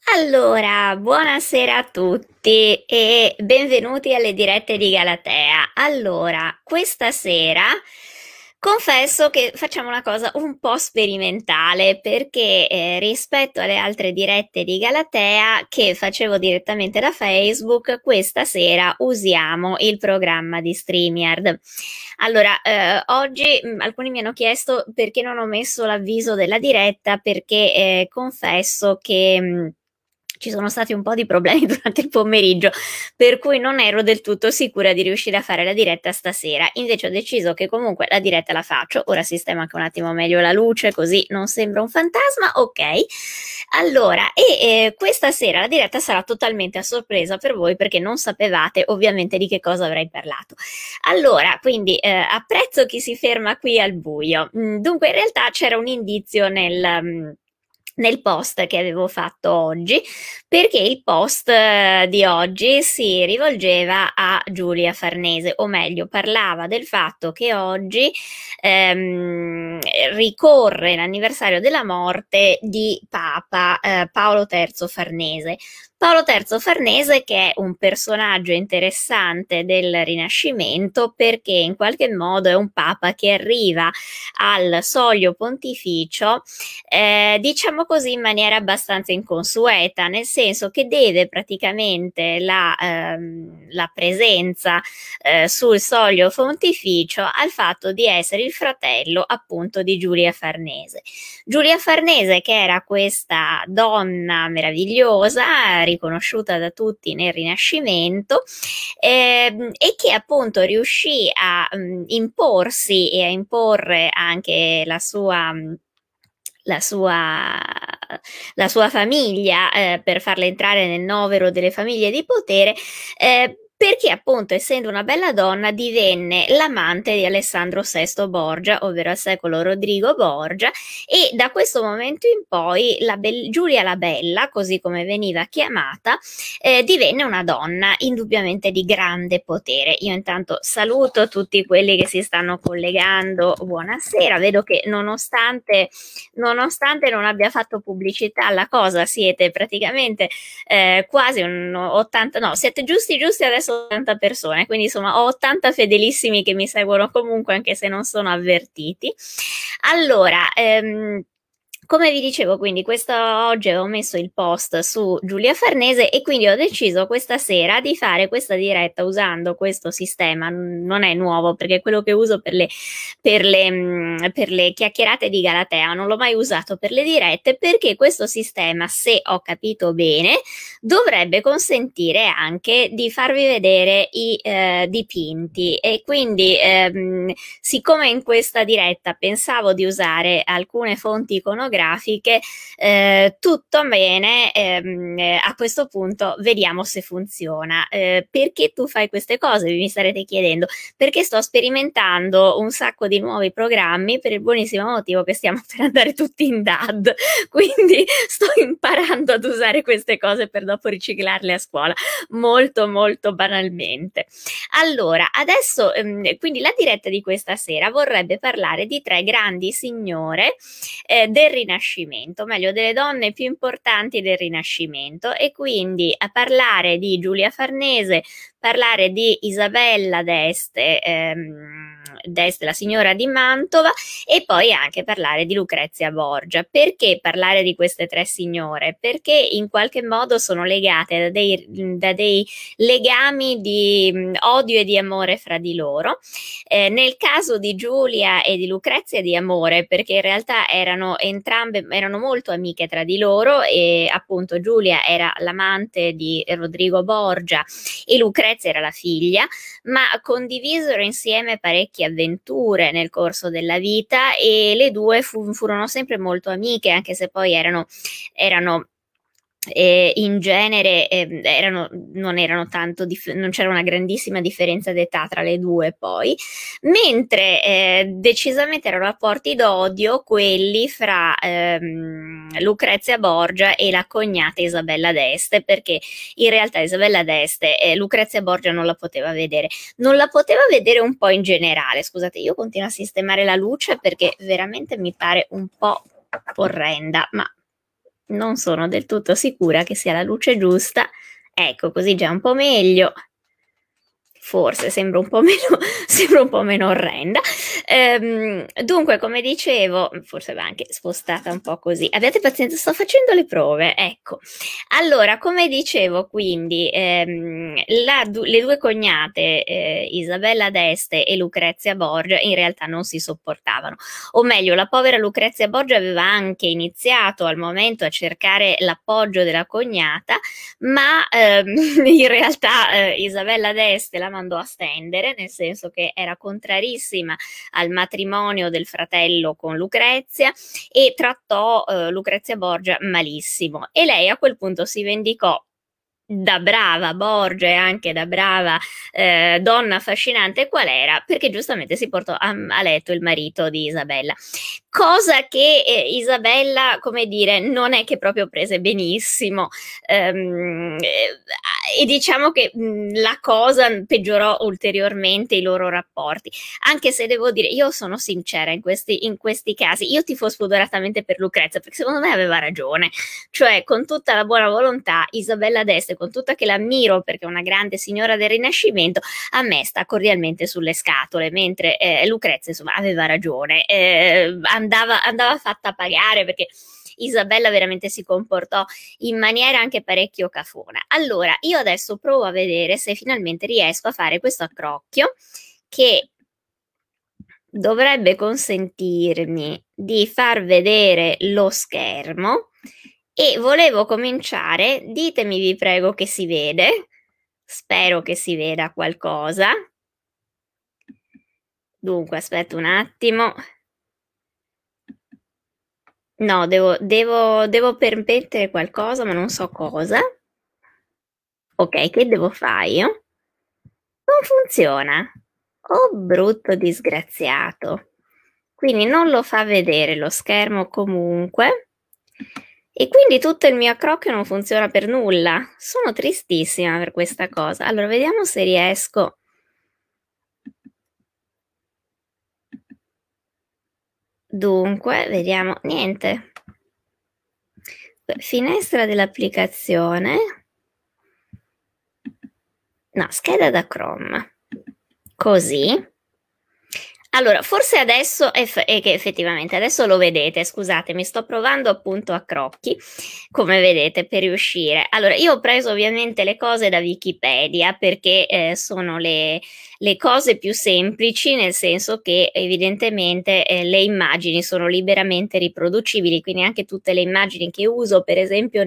Allora, buonasera a tutti e benvenuti alle dirette di Galatea. Allora, questa sera confesso che facciamo una cosa un po' sperimentale perché rispetto alle altre dirette di Galatea che facevo direttamente da Facebook, questa sera usiamo il programma di StreamYard. Allora, oggi alcuni mi hanno chiesto perché non ho messo l'avviso della diretta perché confesso che ci sono stati un po' di problemi durante il pomeriggio, per cui non ero del tutto sicura di riuscire a fare la diretta stasera. Invece ho deciso che comunque la diretta la faccio. Ora sistemo anche un attimo meglio la luce, così non sembra un fantasma. Ok. Allora, questa sera la diretta sarà totalmente a sorpresa per voi perché non sapevate ovviamente di che cosa avrei parlato. Allora, quindi apprezzo chi si ferma qui al buio. Dunque, in realtà c'era un indizio nel post che avevo fatto oggi, perché il post di oggi si rivolgeva a Giulia Farnese, o meglio, parlava del fatto che oggi ricorre l'anniversario della morte di Papa Paolo III Farnese. Paolo III Farnese, che è un personaggio interessante del Rinascimento perché in qualche modo è un papa che arriva al soglio pontificio, diciamo così, in maniera abbastanza inconsueta, nel senso che deve praticamente la presenza sul soglio pontificio al fatto di essere il fratello appunto di Giulia Farnese. Giulia Farnese, che era questa donna meravigliosa, riconosciuta da tutti nel Rinascimento, e che appunto riuscì a imporsi e a imporre anche la sua, la sua famiglia per farla entrare nel novero delle famiglie di potere, perché appunto essendo una bella donna divenne l'amante di Alessandro VI Borgia, ovvero al secolo Rodrigo Borgia, e da questo momento in poi Giulia la Bella, così come veniva chiamata, divenne una donna indubbiamente di grande potere. Io intanto saluto tutti quelli che si stanno collegando, buonasera, vedo che nonostante non abbia fatto pubblicità alla cosa, siete praticamente quasi un 80, no, siete giusti adesso 80 persone, quindi insomma ho 80 fedelissimi che mi seguono comunque anche se non sono avvertiti. Allora, come vi dicevo, quindi oggi avevo messo il post su Giulia Farnese e quindi ho deciso questa sera di fare questa diretta usando questo sistema. Non è nuovo perché è quello che uso per le chiacchierate di Galatea, non l'ho mai usato per le dirette perché questo sistema, se ho capito bene, dovrebbe consentire anche di farvi vedere i dipinti e quindi siccome in questa diretta pensavo di usare alcune fonti iconografiche, tutto bene, a questo punto vediamo se funziona. Perché tu fai queste cose? Vi mi starete chiedendo. Perché sto sperimentando un sacco di nuovi programmi per il buonissimo motivo che stiamo per andare tutti in DAD, quindi sto imparando ad usare queste cose per dopo riciclarle a scuola, molto molto banalmente. Allora, adesso quindi la diretta di questa sera vorrebbe parlare di tre grandi signore del Rinascimento, o meglio delle donne più importanti del Rinascimento, e quindi a parlare di Giulia Farnese, parlare di Isabella d'Este, la signora di Mantova, e poi anche parlare di Lucrezia Borgia. Perché parlare di queste tre signore? Perché in qualche modo sono legate da dei legami di odio e di amore fra di loro. Nel caso di Giulia e di Lucrezia di amore, perché in realtà erano molto amiche tra di loro e appunto Giulia era l'amante di Rodrigo Borgia e Lucrezia era la figlia, ma condivisero insieme parecchie avventure nel corso della vita e le due furono sempre molto amiche, anche se poi erano in genere non erano tanto non c'era una grandissima differenza d'età tra le due poi, mentre decisamente erano rapporti d'odio quelli fra Lucrezia Borgia e la cognata Isabella d'Este, perché in realtà Isabella d'Este Lucrezia Borgia non la poteva vedere un po' in generale. Scusate, io continuo a sistemare la luce perché veramente mi pare un po' orrenda, ma non sono del tutto sicura che sia la luce giusta. Ecco, così già un po' meglio. Forse sembra un po' meno, sembra un po' meno orrenda. Dunque, come dicevo, forse va anche spostata un po' così. Abbiate pazienza, sto facendo le prove. Ecco. Allora, come dicevo, quindi, le due cognate, Isabella d'Este e Lucrezia Borgia, in realtà non si sopportavano. O meglio, la povera Lucrezia Borgia aveva anche iniziato al momento a cercare l'appoggio della cognata, ma in realtà Isabella d'Este la mandò a stendere, nel senso che era contrarissima al matrimonio del fratello con Lucrezia e trattò Lucrezia Borgia malissimo, e lei a quel punto si vendicò da brava Borgia e anche da brava donna affascinante qual era, perché giustamente si portò a letto il marito di Isabella, cosa che Isabella, come dire, non è che proprio prese benissimo, e diciamo che la cosa peggiorò ulteriormente i loro rapporti, anche se devo dire, io sono sincera in questi casi, io tifo spudoratamente per Lucrezia, perché secondo me aveva ragione, cioè con tutta la buona volontà Isabella d'Este, con tutta che l'ammiro perché è una grande signora del Rinascimento, a me sta cordialmente sulle scatole, mentre Lucrezia insomma aveva ragione, andava fatta pagare, perché Isabella veramente si comportò in maniera anche parecchio cafona. Allora, io adesso provo a vedere se finalmente riesco a fare questo accrocchio che dovrebbe consentirmi di far vedere lo schermo, e volevo cominciare, ditemi vi prego che si vede, spero che si veda qualcosa. Dunque, aspetta un attimo. No, devo permettere qualcosa, ma non so cosa. Ok, che devo fare io? Non funziona. Oh, brutto disgraziato. Quindi non lo fa vedere lo schermo comunque. E quindi tutto il mio accrocchio non funziona per nulla. Sono tristissima per questa cosa. Allora, vediamo se riesco. Dunque, vediamo. Niente. Finestra dell'applicazione. No, scheda da Chrome. Così. Allora, forse adesso è che effettivamente adesso lo vedete, scusate, mi sto provando appunto a crocchi, come vedete, per riuscire. Allora, io ho preso ovviamente le cose da Wikipedia perché sono le cose più semplici, nel senso che evidentemente le immagini sono liberamente riproducibili, quindi anche tutte le immagini che uso, per esempio,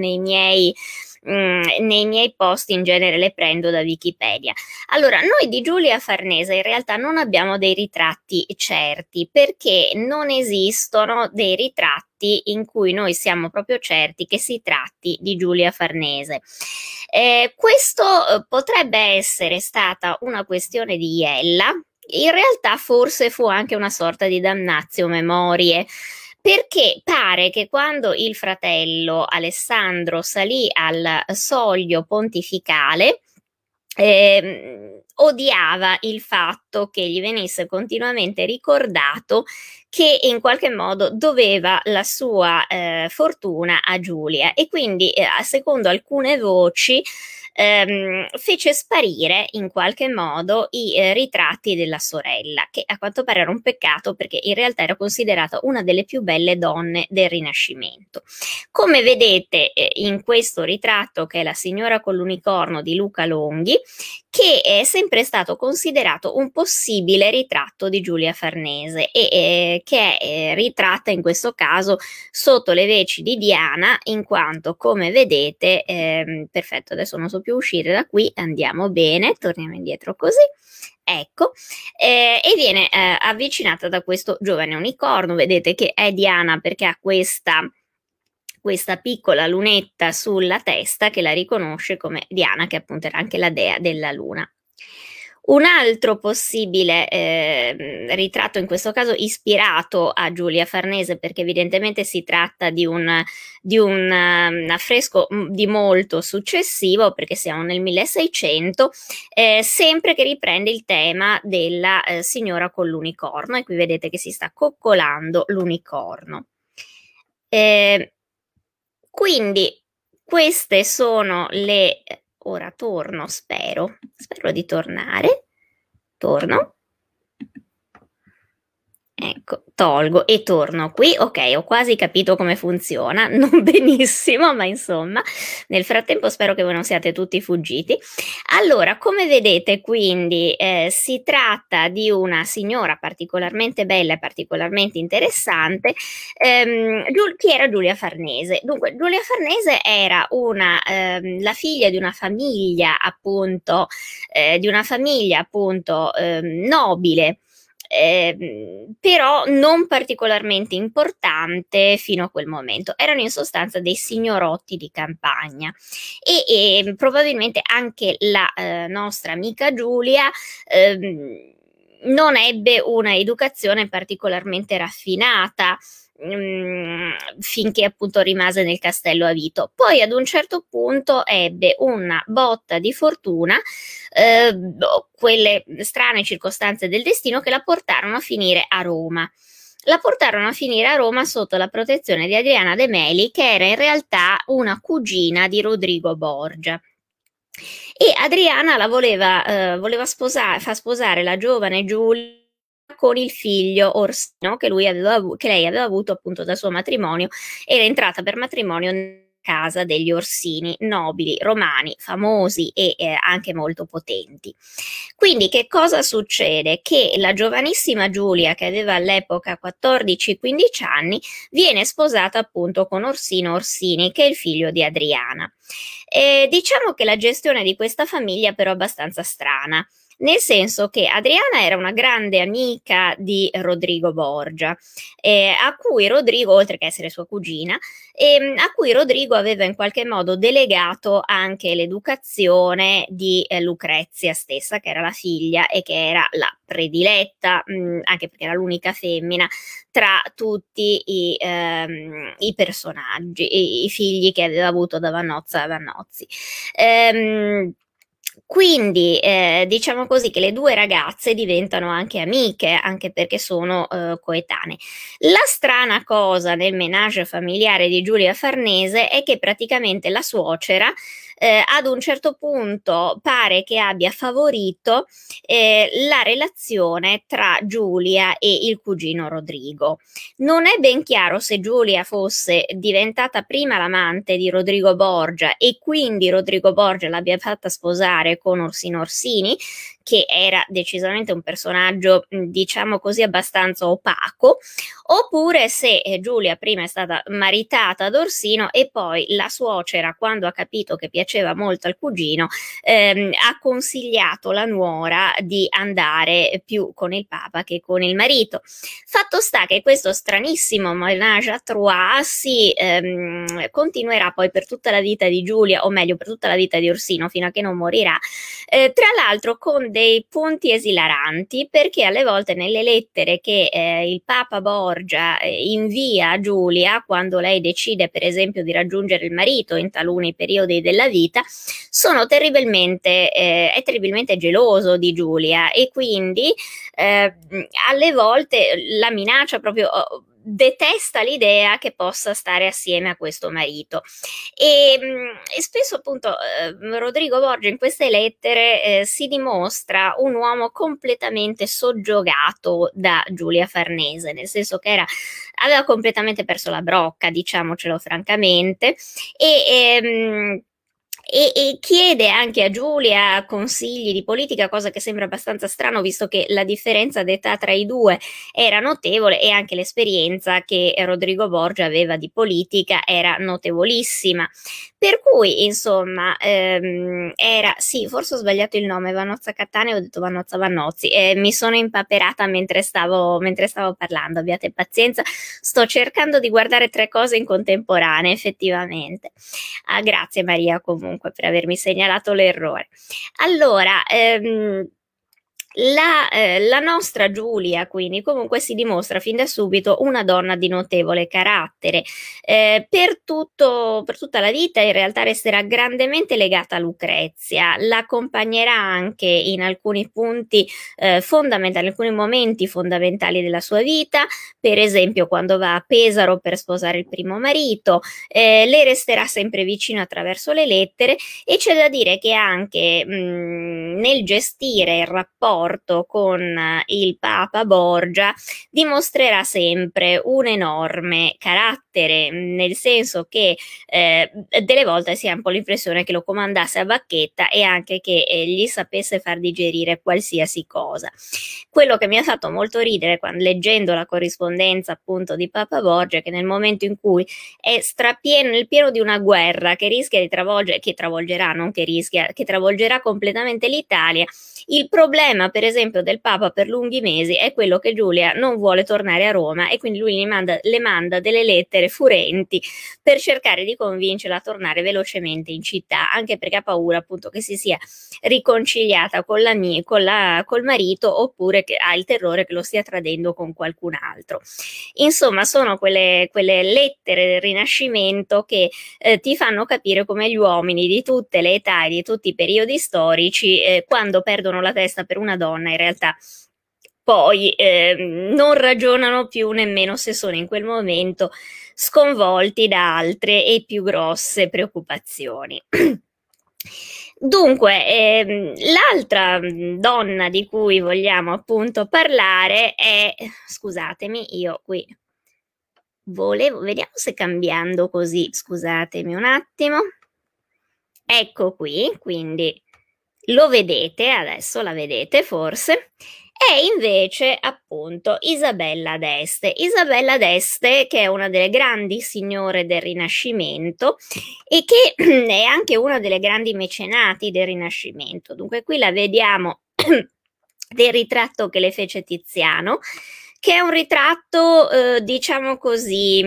nei miei post in genere le prendo da Wikipedia. Allora, noi di Giulia Farnese in realtà non abbiamo dei ritratti certi, perché non esistono dei ritratti in cui noi siamo proprio certi che si tratti di Giulia Farnese. Questo potrebbe essere stata una questione di iella, in realtà forse fu anche una sorta di damnatio memoriae, perché pare che quando il fratello Alessandro salì al soglio pontificale, odiava il fatto che gli venisse continuamente ricordato che in qualche modo doveva la sua fortuna a Giulia, e quindi secondo alcune voci fece sparire in qualche modo i ritratti della sorella, che a quanto pare era un peccato perché in realtà era considerata una delle più belle donne del Rinascimento. Come vedete in questo ritratto, che è La signora con l'unicorno di Luca Longhi, che è sempre stato considerato un possibile ritratto di Giulia Farnese, e che è ritratta in questo caso sotto le veci di Diana, in quanto, come vedete, perfetto, adesso non so più uscire da qui, andiamo bene, torniamo indietro così. Ecco, e viene avvicinata da questo giovane unicorno. Vedete che è Diana perché ha questa piccola lunetta sulla testa che la riconosce come Diana, che appunto era anche la dea della luna. Un altro possibile ritratto, in questo caso ispirato a Giulia Farnese, perché evidentemente si tratta di un affresco di molto successivo, perché siamo nel 1600, sempre che riprende il tema della signora con l'unicorno, e qui vedete che si sta coccolando l'unicorno. Quindi queste sono le ora torno, spero di tornare. Torno. Ecco, tolgo e torno qui. Ok, ho quasi capito come funziona, non benissimo, ma insomma, nel frattempo spero che voi non siate tutti fuggiti. Allora, come vedete, quindi si tratta di una signora particolarmente bella e particolarmente interessante, che era Giulia Farnese. Dunque, Giulia Farnese era la figlia di una famiglia, appunto, nobile, però non particolarmente importante fino a quel momento. Erano in sostanza dei signorotti di campagna e probabilmente anche la nostra amica Giulia non ebbe una educazione particolarmente raffinata finché appunto rimase nel castello a Vito. Poi ad un certo punto ebbe una botta di fortuna, quelle strane circostanze del destino che la portarono a finire a Roma. La portarono a finire a Roma sotto la protezione di Adriana de Meli, che era in realtà una cugina di Rodrigo Borgia. E Adriana voleva far sposare la giovane Giulia con il figlio Orsino che lei aveva avuto appunto dal suo matrimonio. Era entrata per matrimonio nella casa degli Orsini, nobili romani, famosi e anche molto potenti. Quindi che cosa succede? Che la giovanissima Giulia, che aveva all'epoca 14-15 anni, viene sposata appunto con Orsino Orsini, che è il figlio di Adriana. Diciamo che la gestione di questa famiglia però è abbastanza strana, nel senso che Adriana era una grande amica di Rodrigo Borgia, a cui Rodrigo, oltre che essere sua cugina, a cui Rodrigo aveva in qualche modo delegato anche l'educazione di Lucrezia stessa, che era la figlia e che era la prediletta, anche perché era l'unica femmina tra tutti i personaggi, i figli che aveva avuto da Vannozza a Vannozzi. Quindi diciamo così che le due ragazze diventano anche amiche, anche perché sono coetanee. La strana cosa nel ménage familiare di Giulia Farnese è che praticamente la suocera ad un certo punto pare che abbia favorito la relazione tra Giulia e il cugino Rodrigo. Non è ben chiaro se Giulia fosse diventata prima l'amante di Rodrigo Borgia e quindi Rodrigo Borgia l'abbia fatta sposare con Orsino Orsini, che era decisamente un personaggio, diciamo così, abbastanza opaco, oppure se Giulia prima è stata maritata ad Orsino e poi la suocera, quando ha capito che piaceva molto al cugino, ha consigliato la nuora di andare più con il papa che con il marito. Fatto sta che questo stranissimo ménage à trois si continuerà poi per tutta la vita di Giulia, o meglio per tutta la vita di Orsino, fino a che non morirà, tra l'altro con dei punti esilaranti, perché alle volte nelle lettere che il Papa Borgia invia a Giulia, quando lei decide per esempio di raggiungere il marito in taluni periodi della vita, è terribilmente geloso di Giulia e quindi alle volte la minaccia proprio, detesta l'idea che possa stare assieme a questo marito e spesso appunto Rodrigo Borgia in queste lettere si dimostra un uomo completamente soggiogato da Giulia Farnese, nel senso che aveva completamente perso la brocca, diciamocelo francamente, e chiede anche a Giulia consigli di politica, cosa che sembra abbastanza strano visto che la differenza d'età tra i due era notevole e anche l'esperienza che Rodrigo Borgia aveva di politica era notevolissima. Per cui, insomma, sì, forse ho sbagliato il nome, Vannozza Cattaneo, ho detto Vannozza Vannozzi, mi sono impaperata mentre stavo parlando, abbiate pazienza, sto cercando di guardare 3 cose in contemporanea, effettivamente. Ah, grazie Maria comunque per avermi segnalato l'errore. Allora, La nostra Giulia, quindi, comunque si dimostra fin da subito una donna di notevole carattere. Per tutta la vita in realtà resterà grandemente legata a Lucrezia, l'accompagnerà anche in alcuni punti fondamentali, in alcuni momenti fondamentali della sua vita, per esempio quando va a Pesaro per sposare il primo marito, le resterà sempre vicino attraverso le lettere, e c'è da dire che anche nel gestire il rapporto con il Papa Borgia dimostrerà sempre un enorme carattere, nel senso che delle volte si ha un po' l'impressione che lo comandasse a bacchetta e anche che gli sapesse far digerire qualsiasi cosa. Quello che mi ha fatto molto ridere quando leggendo la corrispondenza appunto di Papa Borgia è che nel momento in cui è strapieno, nel pieno di una guerra che rischia di travolgere, che travolgerà, non che rischia, che travolgerà completamente l'Italia, il problema per esempio del Papa per lunghi mesi è quello che Giulia non vuole tornare a Roma e quindi lui le manda delle lettere furenti per cercare di convincerla a tornare velocemente in città, anche perché ha paura appunto che si sia riconciliata col marito, oppure che ha il terrore che lo stia tradendo con qualcun altro. Insomma, sono quelle lettere del Rinascimento che ti fanno capire come gli uomini di tutte le età e di tutti i periodi storici, quando perdono la testa per una donna, in realtà poi non ragionano più nemmeno se sono in quel momento sconvolti da altre e più grosse preoccupazioni. Dunque, l'altra donna di cui vogliamo appunto parlare è, scusatemi, io qui vediamo se cambiando così, scusatemi un attimo. Ecco qui, quindi lo vedete, adesso la vedete forse, è invece appunto Isabella d'Este. Isabella d'Este, che è una delle grandi signore del Rinascimento e che è anche una delle grandi mecenati del Rinascimento. Dunque qui la vediamo del ritratto che le fece Tiziano, che è un ritratto, diciamo così,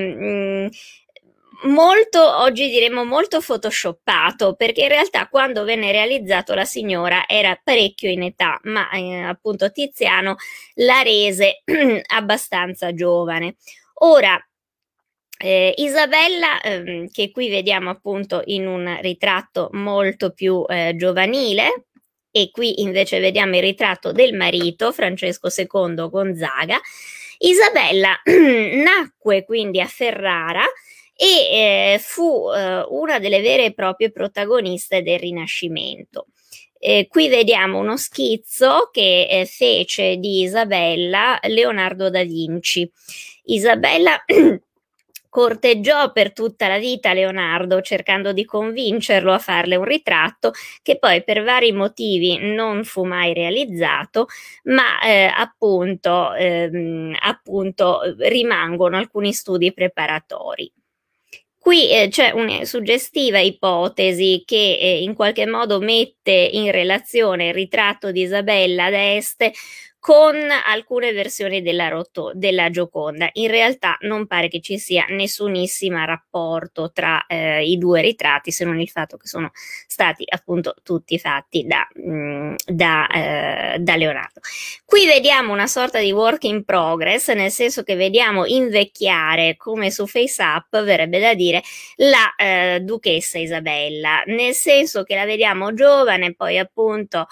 molto, oggi diremmo molto photoshoppato, perché in realtà quando venne realizzato la signora era parecchio in età, ma appunto Tiziano la rese abbastanza giovane. Ora, Isabella, che qui vediamo appunto in un ritratto molto più giovanile, e qui invece vediamo il ritratto del marito, Francesco II Gonzaga. Isabella nacque quindi a Ferrara e fu una delle vere e proprie protagoniste del Rinascimento. Qui vediamo uno schizzo che fece di Isabella Leonardo da Vinci. Isabella corteggiò per tutta la vita Leonardo, cercando di convincerlo a farle un ritratto che poi per vari motivi non fu mai realizzato, ma appunto rimangono alcuni studi preparatori. Qui c'è una suggestiva ipotesi che in qualche modo mette in relazione il ritratto di Isabella d'Este con alcune versioni della Gioconda. In realtà non pare che ci sia nessunissimo rapporto tra i due ritratti, se non il fatto che sono stati appunto tutti fatti da Leonardo. Qui vediamo una sorta di work in progress, nel senso che vediamo invecchiare, come su FaceApp verrebbe da dire, la duchessa Isabella, nel senso che la vediamo giovane, poi appunto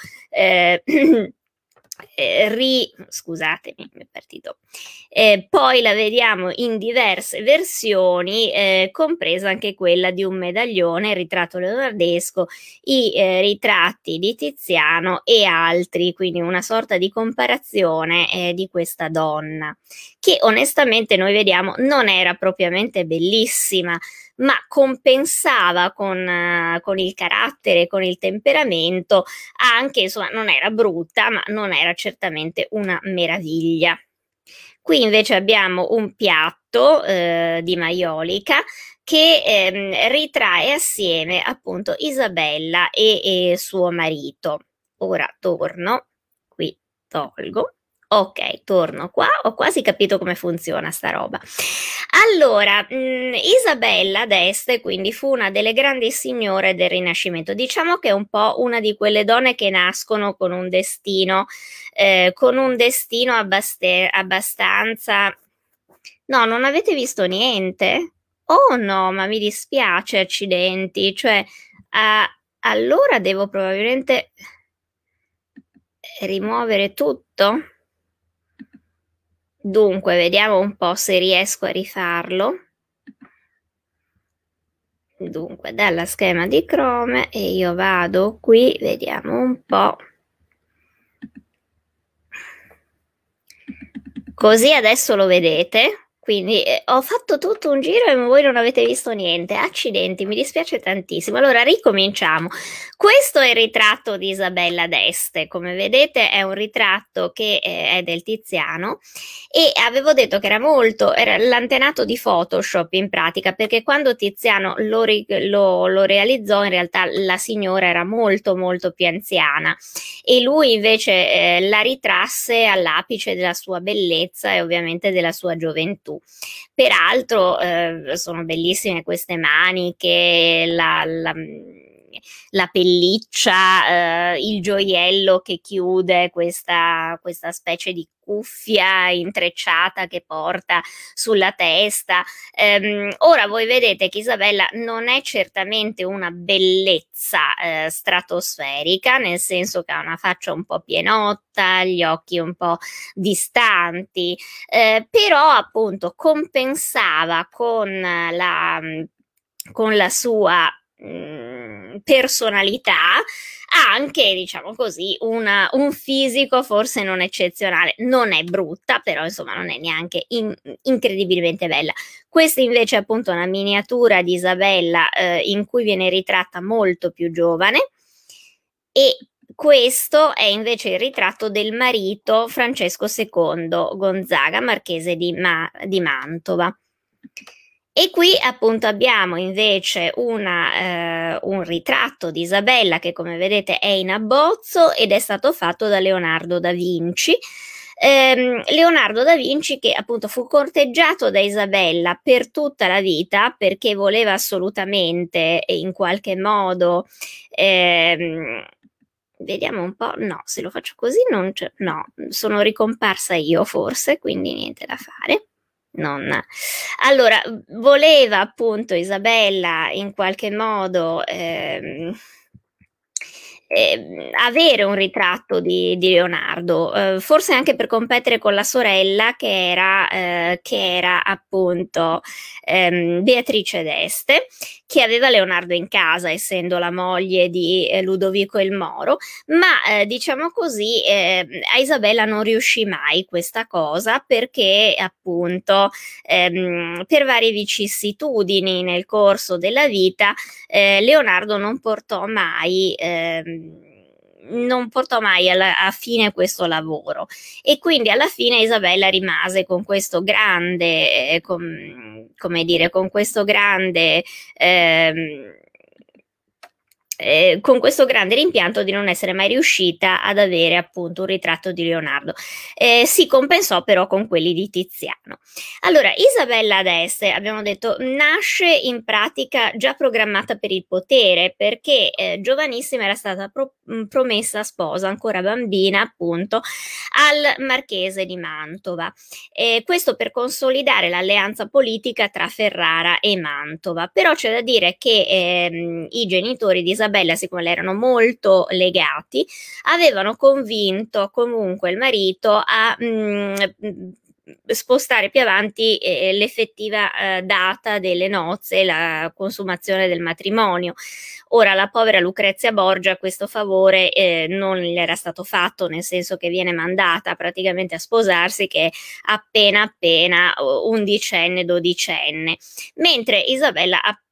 scusatemi, mi è partito. Poi la vediamo in diverse versioni, compresa anche quella di un medaglione, il ritratto leonardesco, i ritratti di Tiziano e altri, quindi una sorta di comparazione di questa donna, che onestamente noi vediamo non era propriamente bellissima, ma compensava con il carattere, con il temperamento, anche, insomma, non era brutta, ma non era certamente una meraviglia. Qui invece abbiamo un piatto di maiolica che ritrae assieme appunto Isabella e suo marito. Ora torno, qui tolgo. Ok, torno qua, ho quasi capito come funziona sta roba. Allora, Isabella d'Este quindi fu una delle grandi signore del Rinascimento. Diciamo che è un po' una di quelle donne che nascono con un destino abbastanza... No, non avete visto niente? Oh no, ma mi dispiace, accidenti. Cioè, allora devo probabilmente rimuovere tutto. Dunque, vediamo un po' se riesco a rifarlo. Dunque, dalla schema di Chrome e io vado qui, vediamo un po'. Così adesso lo vedete. Quindi ho fatto tutto un giro e voi non avete visto niente. Accidenti, mi dispiace tantissimo. Allora ricominciamo. Questo è il ritratto di Isabella d'Este. Come vedete è un ritratto che è del Tiziano e avevo detto che era l'antenato di Photoshop in pratica, perché quando Tiziano lo realizzò in realtà la signora era molto molto più anziana e lui invece la ritrasse all'apice della sua bellezza e ovviamente della sua gioventù. Peraltro sono bellissime queste maniche, la pelliccia, il gioiello che chiude questa specie di cuffia intrecciata che porta sulla testa. Ora voi vedete che Isabella non è certamente una bellezza stratosferica, nel senso che ha una faccia un po' pienotta, gli occhi un po' distanti, però appunto compensava con la sua personalità anche, diciamo così, un fisico forse non eccezionale. Non è brutta, però insomma non è neanche incredibilmente bella. Questa invece è appunto una miniatura di Isabella in cui viene ritratta molto più giovane e questo è invece il ritratto del marito Francesco II Gonzaga, marchese di Mantova. E qui appunto abbiamo invece un ritratto di Isabella che come vedete è in abbozzo ed è stato fatto da Leonardo da Vinci. Leonardo da Vinci che appunto fu corteggiato da Isabella per tutta la vita perché voleva assolutamente in qualche modo vediamo un po', no, se lo faccio così non c'è, no, sono ricomparsa io forse, quindi niente da fare. Non. Allora, voleva appunto Isabella in qualche modo avere un ritratto di Leonardo, forse anche per competere con la sorella che era appunto Beatrice d'Este, che aveva Leonardo in casa, essendo la moglie di Ludovico il Moro, ma diciamo così a Isabella non riuscì mai questa cosa perché appunto per varie vicissitudini nel corso della vita Leonardo non portò mai a fine questo lavoro e quindi alla fine Isabella rimase con questo grande, come dire, con questo grande rimpianto di non essere mai riuscita ad avere appunto un ritratto di Leonardo. Si compensò però con quelli di Tiziano. Allora, Isabella d'Este, abbiamo detto, nasce in pratica già programmata per il potere perché giovanissima era stata promessa sposa, ancora bambina appunto, al marchese di Mantova. Questo per consolidare l'alleanza politica tra Ferrara e Mantova. Però c'è da dire che i genitori di Isabella, siccome erano molto legati, avevano convinto comunque il marito a spostare più avanti l'effettiva data delle nozze e la consumazione del matrimonio. Ora la povera Lucrezia Borgia questo favore non gli era stato fatto, nel senso che viene mandata praticamente a sposarsi che appena undicenne, dodicenne, mentre Isabella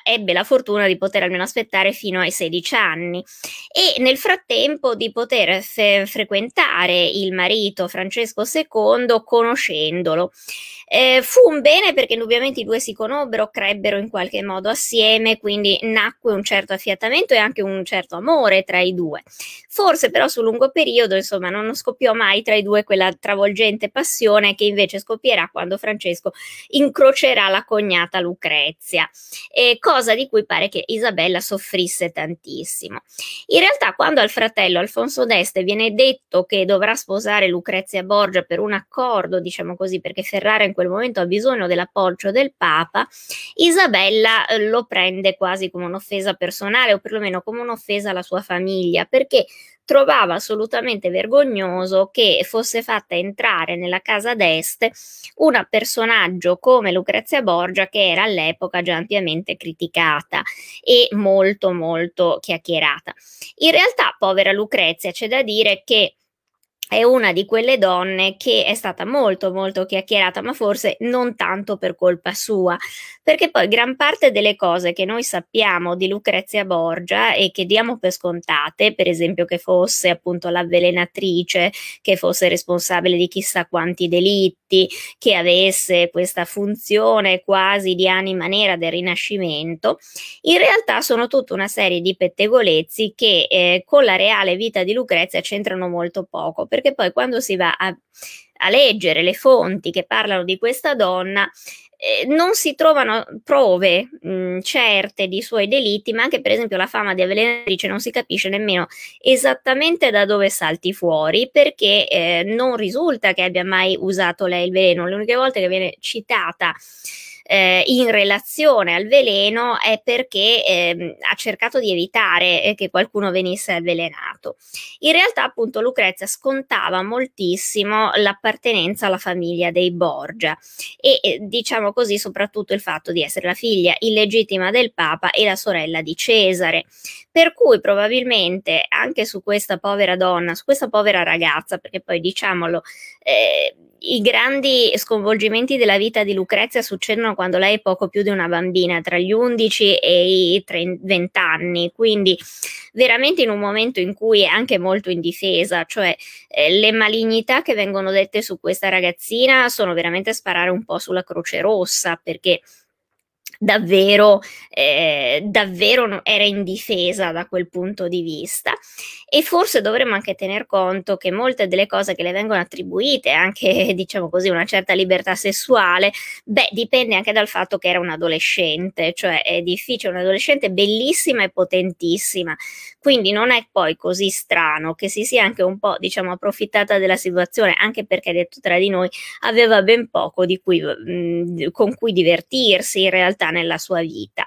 ebbe la fortuna di poter almeno aspettare fino ai 16 anni e nel frattempo di poter frequentare il marito Francesco II conoscendolo. Fu un bene perché indubbiamente i due si conobbero, crebbero in qualche modo assieme, quindi nacque un certo affiatamento e anche un certo amore tra i due. Forse però sul lungo periodo, insomma, non scoppiò mai tra i due quella travolgente passione che invece scoppierà quando Francesco incrocerà la cognata Lucrezia, cosa di cui pare che Isabella soffrisse tantissimo. In realtà, quando al fratello Alfonso d'Este viene detto che dovrà sposare Lucrezia Borgia per un accordo, diciamo così, perché Ferrara in quel momento ha bisogno dell'appoggio del Papa, Isabella lo prende quasi come un'offesa personale o perlomeno come un'offesa alla sua famiglia, perché trovava assolutamente vergognoso che fosse fatta entrare nella casa d'Este un personaggio come Lucrezia Borgia, che era all'epoca già ampiamente criticata e molto molto chiacchierata. In realtà, povera Lucrezia, c'è da dire che è una di quelle donne che è stata molto molto chiacchierata, ma forse non tanto per colpa sua, perché poi gran parte delle cose che noi sappiamo di Lucrezia Borgia e che diamo per scontate, per esempio che fosse appunto l'avvelenatrice, che fosse responsabile di chissà quanti delitti, che avesse questa funzione quasi di anima nera del Rinascimento, in realtà sono tutta una serie di pettegolezzi che con la reale vita di Lucrezia c'entrano molto poco, perché poi quando si va a leggere le fonti che parlano di questa donna, non si trovano prove certe di suoi delitti, ma anche per esempio la fama di avvelenatrice non si capisce nemmeno esattamente da dove salti fuori, perché non risulta che abbia mai usato lei il veleno. Le uniche volte che viene citata in relazione al veleno è perché ha cercato di evitare che qualcuno venisse avvelenato. In realtà appunto Lucrezia scontava moltissimo l'appartenenza alla famiglia dei Borgia e diciamo così soprattutto il fatto di essere la figlia illegittima del Papa e la sorella di Cesare, per cui probabilmente anche su questa povera donna, su questa povera ragazza, perché poi diciamolo, i grandi sconvolgimenti della vita di Lucrezia succedono quando lei è poco più di una bambina, tra gli 11 e i 20 anni, quindi veramente in un momento in cui è anche molto indifesa, cioè le malignità che vengono dette su questa ragazzina sono veramente sparare un po' sulla Croce Rossa, perché davvero, davvero era indifesa da quel punto di vista e forse dovremmo anche tener conto che molte delle cose che le vengono attribuite, anche diciamo così una certa libertà sessuale, dipende anche dal fatto che era un adolescente, cioè è difficile, un'adolescente bellissima e potentissima, quindi non è poi così strano che si sia anche un po' diciamo approfittata della situazione, anche perché detto tra di noi aveva ben poco con cui divertirsi in realtà nella sua vita.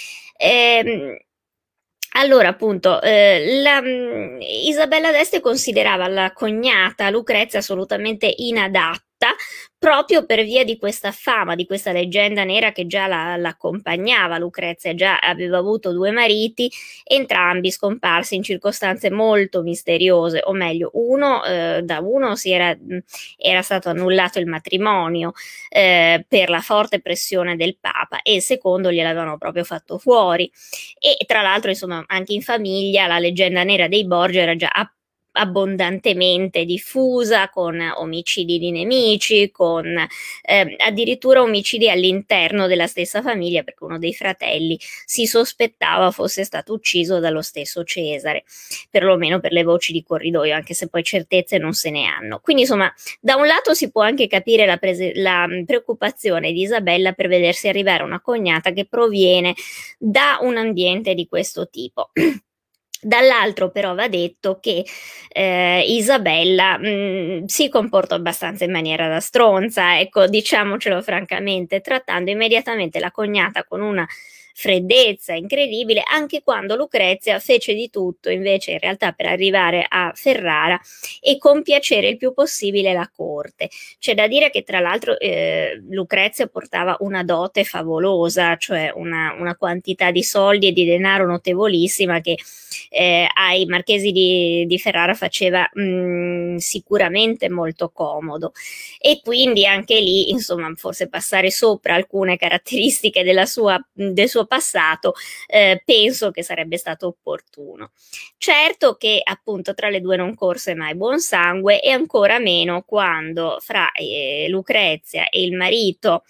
Allora, appunto, Isabella d'Este considerava la cognata Lucrezia assolutamente inadatta proprio per via di questa fama, di questa leggenda nera che già l'accompagnava. Lucrezia già aveva avuto due mariti, entrambi scomparsi in circostanze molto misteriose, o meglio, da uno era stato annullato il matrimonio per la forte pressione del Papa e il secondo gliel'avevano proprio fatto fuori. E tra l'altro, insomma, anche in famiglia la leggenda nera dei Borgia era già abbondantemente diffusa, con omicidi di nemici, con addirittura omicidi all'interno della stessa famiglia, perché uno dei fratelli si sospettava fosse stato ucciso dallo stesso Cesare, perlomeno per le voci di corridoio, anche se poi certezze non se ne hanno. Quindi insomma, da un lato si può anche capire la preoccupazione di Isabella per vedersi arrivare una cognata che proviene da un ambiente di questo tipo. Dall'altro però va detto che Isabella si comportò abbastanza in maniera da stronza, ecco, diciamocelo francamente, trattando immediatamente la cognata con una freddezza incredibile, anche quando Lucrezia fece di tutto invece in realtà per arrivare a Ferrara e compiacere il più possibile la corte. C'è da dire che tra l'altro Lucrezia portava una dote favolosa, cioè una quantità di soldi e di denaro notevolissima che ai marchesi di Ferrara faceva sicuramente molto comodo, e quindi anche lì insomma forse passare sopra alcune caratteristiche del suo suo passato, penso che sarebbe stato opportuno. Certo che appunto tra le due non corse mai buon sangue, e ancora meno quando fra Lucrezia e il marito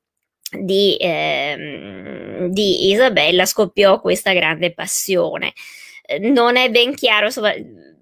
di Isabella scoppiò questa grande passione. Non è ben chiaro, insomma,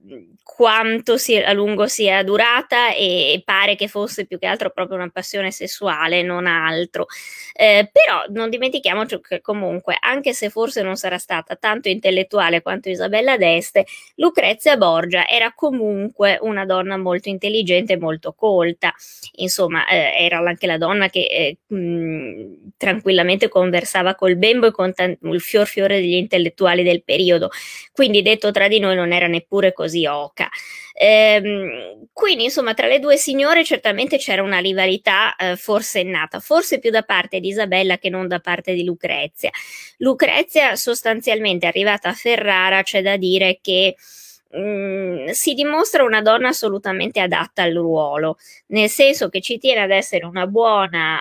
a lungo sia durata, e pare che fosse più che altro proprio una passione sessuale, non altro. Però non dimentichiamoci che comunque, anche se forse non sarà stata tanto intellettuale quanto Isabella d'Este, Lucrezia Borgia era comunque una donna molto intelligente e molto colta. Insomma, era anche la donna che tranquillamente conversava col bembo e con il fiore degli intellettuali del periodo, quindi detto tra di noi non era neppure così oca. Quindi insomma tra le due signore certamente c'era una rivalità forsennata, forse più da parte di Isabella che non da parte di Lucrezia. Lucrezia sostanzialmente arrivata a Ferrara, c'è da dire che si dimostra una donna assolutamente adatta al ruolo, nel senso che ci tiene ad essere una buona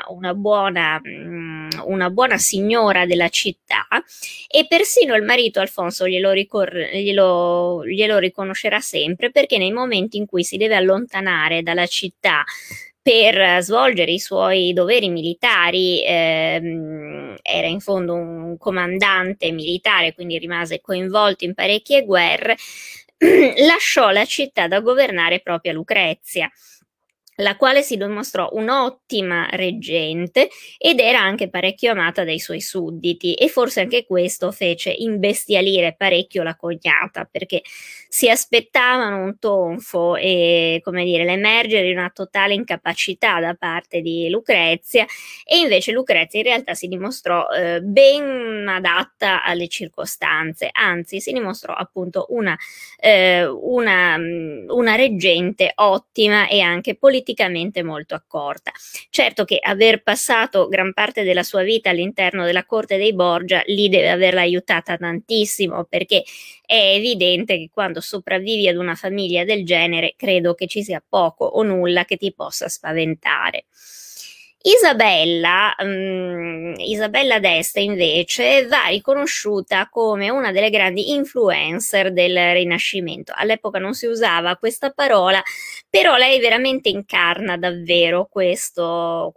signora della città, e persino il marito Alfonso glielo riconoscerà sempre, perché nei momenti in cui si deve allontanare dalla città per svolgere i suoi doveri militari, era in fondo un comandante militare, quindi rimase coinvolto in parecchie guerre, lasciò la città da governare proprio a Lucrezia, la quale si dimostrò un'ottima reggente ed era anche parecchio amata dai suoi sudditi, e forse anche questo fece imbestialire parecchio la cognata, perché si aspettavano un tonfo e, come dire, l'emergere di una totale incapacità da parte di Lucrezia, e invece Lucrezia in realtà si dimostrò ben adatta alle circostanze, anzi si dimostrò appunto una reggente ottima e anche politicamente molto accorta. Certo che aver passato gran parte della sua vita all'interno della corte dei Borgia lì deve averla aiutata tantissimo, perché è evidente che quando sopravvivi ad una famiglia del genere credo che ci sia poco o nulla che ti possa spaventare. Isabella d'Este invece va riconosciuta come una delle grandi influencer del Rinascimento. All'epoca non si usava questa parola, però lei veramente incarna davvero questo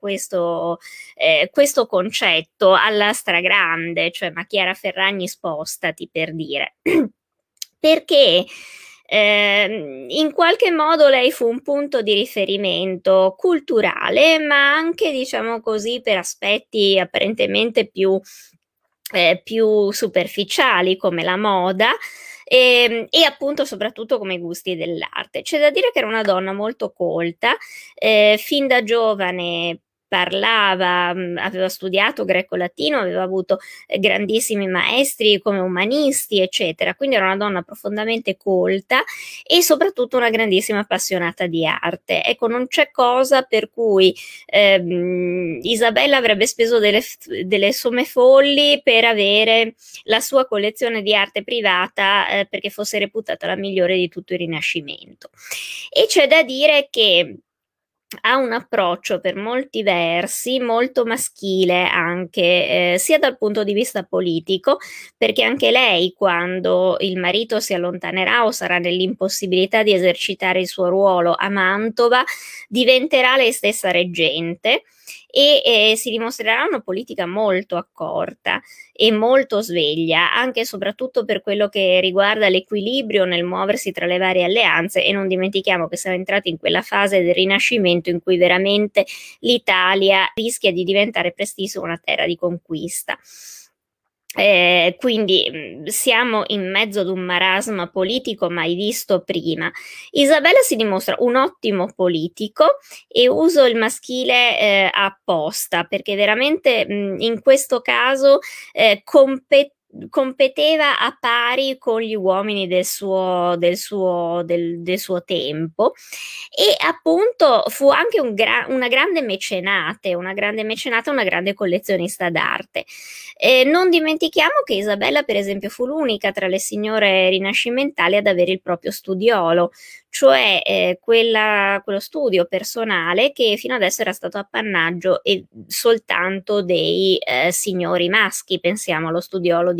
concetto alla stragrande, cioè ma Chiara Ferragni spostati, per dire. Perché in qualche modo lei fu un punto di riferimento culturale, ma anche, diciamo così, per aspetti apparentemente più superficiali come la moda, e appunto soprattutto come i gusti dell'arte. C'è da dire che era una donna molto colta, fin da giovane parlava, aveva studiato greco-latino, aveva avuto grandissimi maestri come umanisti, eccetera. Quindi era una donna profondamente colta e soprattutto una grandissima appassionata di arte. Ecco, non c'è cosa per cui Isabella avrebbe speso delle somme folli per avere la sua collezione di arte privata, perché fosse reputata la migliore di tutto il Rinascimento. E c'è da dire che ha un approccio per molti versi molto maschile anche, sia dal punto di vista politico, perché anche lei, quando il marito si allontanerà o sarà nell'impossibilità di esercitare il suo ruolo a Mantova, diventerà lei stessa reggente e si dimostrerà una politica molto accorta e molto sveglia, anche e soprattutto per quello che riguarda l'equilibrio nel muoversi tra le varie alleanze. E non dimentichiamo che siamo entrati in quella fase del Rinascimento in cui veramente l'Italia rischia di diventare prestissimo una terra di conquista. Quindi siamo in mezzo ad un marasma politico mai visto prima. Isabella si dimostra un ottimo politico, e uso il maschile apposta, perché veramente in questo caso competeva a pari con gli uomini del suo tempo, e appunto fu anche una grande mecenate, una grande collezionista d'arte. Non dimentichiamo che Isabella, per esempio, fu l'unica tra le signore rinascimentali ad avere il proprio studiolo, cioè quello studio personale che fino adesso era stato appannaggio soltanto dei signori maschi. Pensiamo allo studiolo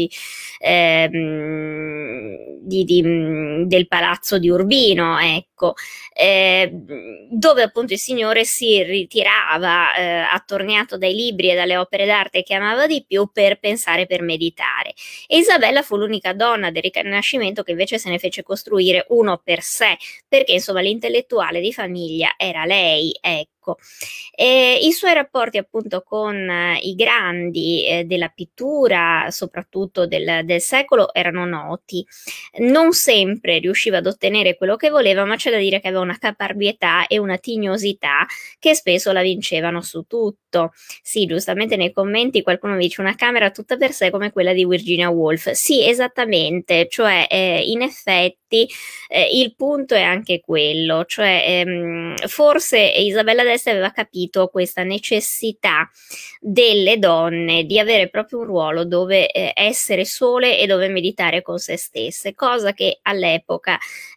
del Palazzo di Urbino, ecco, dove appunto il signore si ritirava attorniato dai libri e dalle opere d'arte che amava di più per pensare, per meditare. E Isabella fu l'unica donna del Rinascimento che invece se ne fece costruire uno per sé, perché insomma l'intellettuale di famiglia era lei, ecco. I suoi rapporti appunto con i grandi della pittura, soprattutto del secolo, erano noti. Non sempre riusciva ad ottenere quello che voleva, ma c'è da dire che aveva una caparbietà e una tignosità che spesso la vincevano su tutto. Sì, giustamente nei commenti qualcuno dice una camera tutta per sé come quella di Virginia Woolf. Sì, esattamente, cioè in effetti il punto è anche quello, cioè forse Isabella d'Este aveva capito questa necessità delle donne di avere proprio un ruolo dove essere sole e dove meditare con se stesse, cosa che all'epoca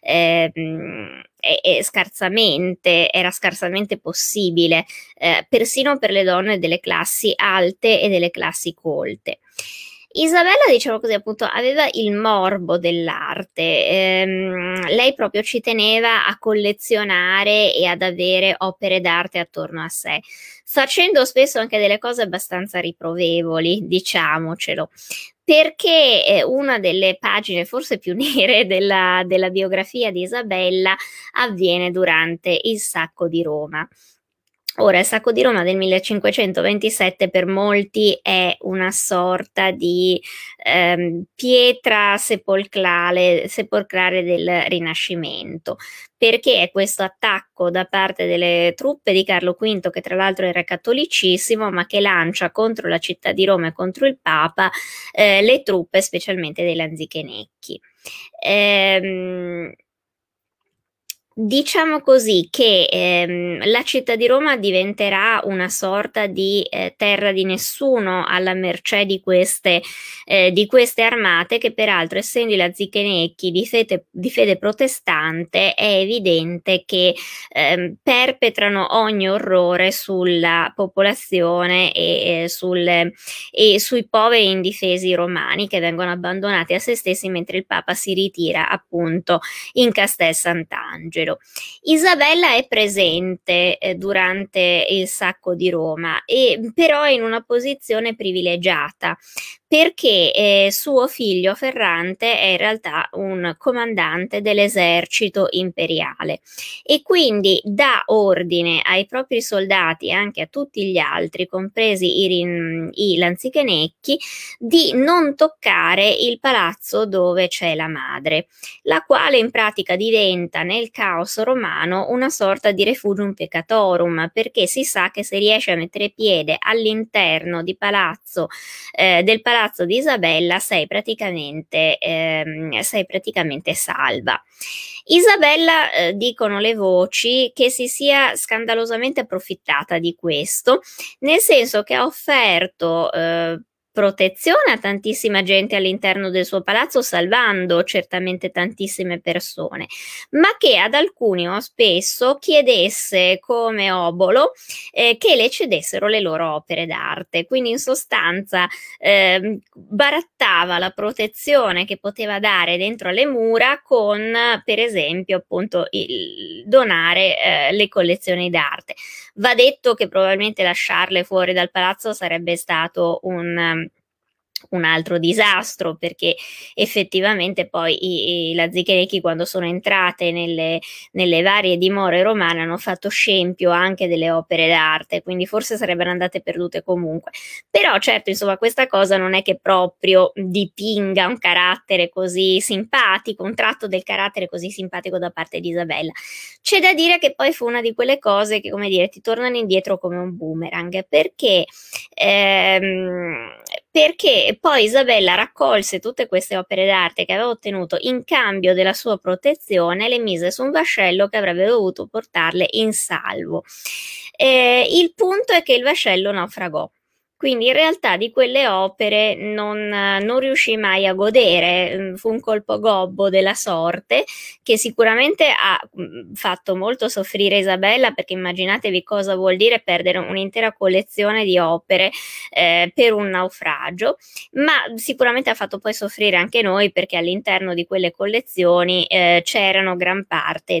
era scarsamente possibile, persino per le donne delle classi alte e delle classi colte. Isabella, diciamo così, appunto, aveva il morbo dell'arte. Lei proprio ci teneva a collezionare e ad avere opere d'arte attorno a sé, facendo spesso anche delle cose abbastanza riprovevoli, diciamocelo. Perché una delle pagine forse più nere della biografia di Isabella avviene durante il sacco di Roma. Ora, il sacco di Roma del 1527 per molti è una sorta di pietra sepolcrale del Rinascimento, perché è questo attacco da parte delle truppe di Carlo V, che tra l'altro era cattolicissimo, ma che lancia contro la città di Roma e contro il Papa le truppe, specialmente dei Lanzichenecchi. Diciamo così che la città di Roma diventerà una sorta di terra di nessuno alla mercé di queste armate che peraltro, essendo i Lanzichenecchi di fede protestante, è evidente che perpetrano ogni orrore sulla popolazione e sui poveri indifesi romani che vengono abbandonati a se stessi mentre il Papa si ritira appunto in Castel Sant'Angelo. Isabella è presente durante il sacco di Roma, però è in una posizione privilegiata perché suo figlio Ferrante è in realtà un comandante dell'esercito imperiale e quindi dà ordine ai propri soldati e anche a tutti gli altri, compresi i Lanzichenecchi, di non toccare il palazzo dove c'è la madre, la quale in pratica diventa nel caos romano una sorta di refugium peccatorum, perché si sa che se riesce a mettere piede all'interno del palazzo di Isabella sei praticamente salva. Isabella, dicono le voci, che si sia scandalosamente approfittata di questo, nel senso che ha offerto protezione a tantissima gente all'interno del suo palazzo, salvando certamente tantissime persone, ma che ad alcuni o spesso chiedesse come obolo che le cedessero le loro opere d'arte. Quindi in sostanza barattava la protezione che poteva dare dentro le mura con, per esempio, appunto il donare le collezioni d'arte. Va detto che probabilmente lasciarle fuori dal palazzo sarebbe stato un altro disastro, perché effettivamente poi i Lanzichenecchi, quando sono entrate nelle varie dimore romane, hanno fatto scempio anche delle opere d'arte, quindi forse sarebbero andate perdute comunque. Però certo, insomma, questa cosa non è che proprio dipinga un carattere così simpatico, un tratto del carattere così simpatico da parte di Isabella. C'è da dire che poi fu una di quelle cose che, come dire, ti tornano indietro come un boomerang, perché poi Isabella raccolse tutte queste opere d'arte che aveva ottenuto in cambio della sua protezione e le mise su un vascello che avrebbe dovuto portarle in salvo. Il punto è che il vascello naufragò. quindi in realtà di quelle opere non riuscì mai a godere. Fu un colpo gobbo della sorte che sicuramente ha fatto molto soffrire Isabella, perché immaginatevi cosa vuol dire perdere un'intera collezione di opere per un naufragio, ma sicuramente ha fatto poi soffrire anche noi, perché all'interno di quelle collezioni c'erano gran parte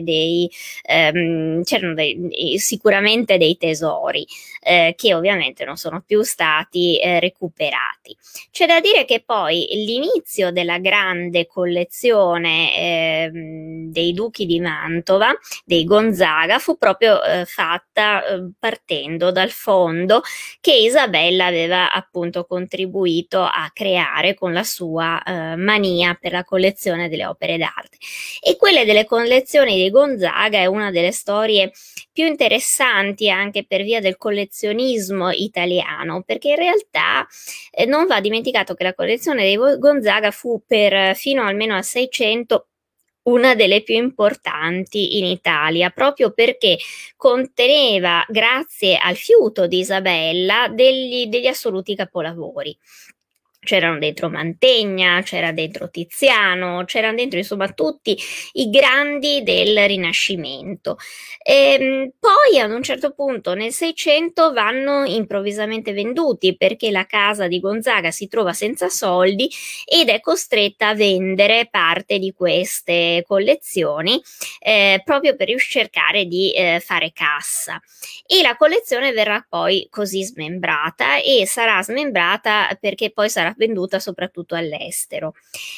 sicuramente dei tesori che ovviamente non sono più stati recuperati. C'è da dire che poi l'inizio della grande collezione dei duchi di Mantova, dei Gonzaga, fu proprio fatta partendo dal fondo che Isabella aveva appunto contribuito a creare con la sua mania per la collezione delle opere d'arte. E quelle delle collezioni dei Gonzaga è una delle storie più interessanti anche per via del collezionismo italiano, perché in realtà non va dimenticato che la collezione dei Gonzaga fu per fino almeno al 600 una delle più importanti in Italia, proprio perché conteneva, grazie al fiuto di Isabella, degli assoluti capolavori. C'erano dentro Mantegna, c'era dentro Tiziano, c'erano dentro insomma tutti i grandi del Rinascimento. Poi ad un certo punto nel 600 vanno improvvisamente venduti, perché la casa di Gonzaga si trova senza soldi ed è costretta a vendere parte di queste collezioni proprio per cercare di fare cassa. E la collezione verrà poi così smembrata, e sarà smembrata perché poi sarà venduta soprattutto all'estero.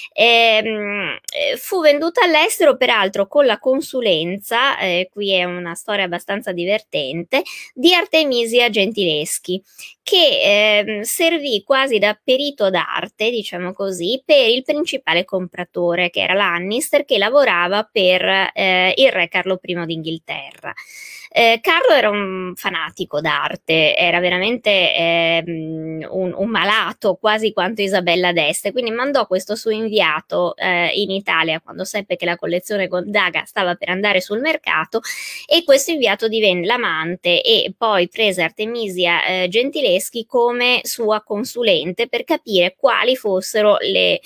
Fu venduta all'estero peraltro con la consulenza, qui è una storia abbastanza divertente, di Artemisia Gentileschi, che servì quasi da perito d'arte, diciamo così, per il principale compratore, che era Lannister, che lavorava per il re Carlo I d'Inghilterra. Carlo era un fanatico d'arte, era veramente un malato quasi quanto Isabella d'Este, quindi mandò questo suo inviato in Italia quando seppe che la collezione Gonzaga stava per andare sul mercato, e questo inviato divenne l'amante e poi prese Artemisia Gentileschi come sua consulente per capire quali fossero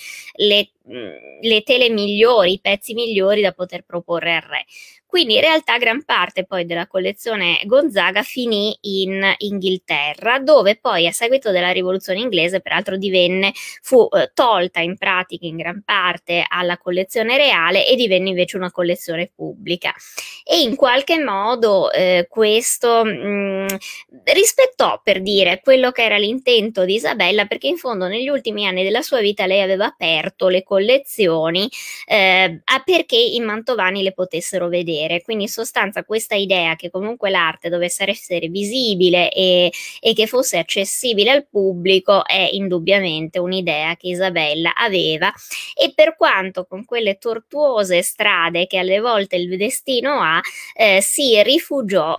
le tele migliori, i pezzi migliori da poter proporre al re. Quindi in realtà gran parte poi della collezione Gonzaga finì in Inghilterra, dove poi a seguito della rivoluzione inglese peraltro fu tolta in pratica in gran parte alla collezione reale e divenne invece una collezione pubblica. E in qualche modo questo rispettò, per dire, quello che era l'intento di Isabella, perché in fondo negli ultimi anni della sua vita lei aveva aperto le collezioni perché i mantovani le potessero vedere. Quindi in sostanza questa idea che comunque l'arte dovesse essere visibile e che fosse accessibile al pubblico è indubbiamente un'idea che Isabella aveva, e per quanto con quelle tortuose strade che alle volte il destino ha, si rifugiò,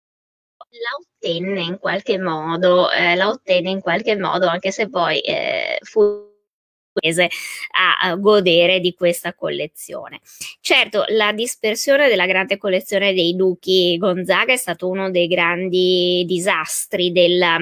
la ottenne in qualche modo, anche se poi fu a godere di questa collezione. Certo, la dispersione della grande collezione dei duchi Gonzaga è stato uno dei grandi disastri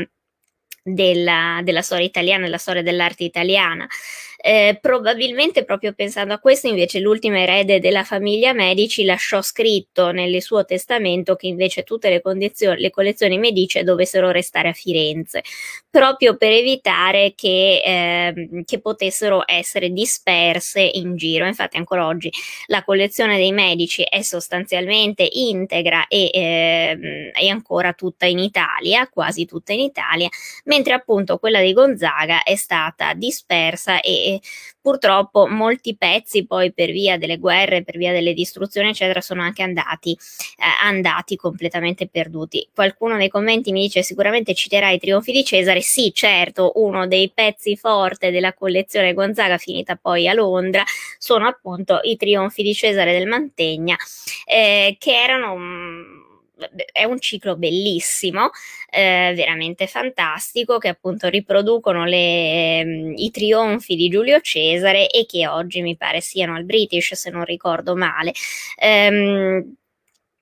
della storia italiana, della storia dell'arte italiana. Probabilmente proprio pensando a questo, invece, l'ultimo erede della famiglia Medici lasciò scritto nel suo testamento che invece tutte le collezioni Medici dovessero restare a Firenze, proprio per evitare che potessero essere disperse in giro. Infatti ancora oggi la collezione dei Medici è sostanzialmente integra e è ancora tutta in Italia, quasi tutta in Italia, mentre appunto quella di Gonzaga è stata dispersa e purtroppo molti pezzi poi per via delle guerre, per via delle distruzioni eccetera sono anche andati completamente perduti. Qualcuno nei commenti mi dice sicuramente citerai i trionfi di Cesare. Sì, certo, uno dei pezzi forte della collezione Gonzaga finita poi a Londra sono appunto i trionfi di Cesare del Mantegna, che erano è un ciclo bellissimo, veramente fantastico, che appunto riproducono i trionfi di Giulio Cesare e che oggi mi pare siano al British, se non ricordo male.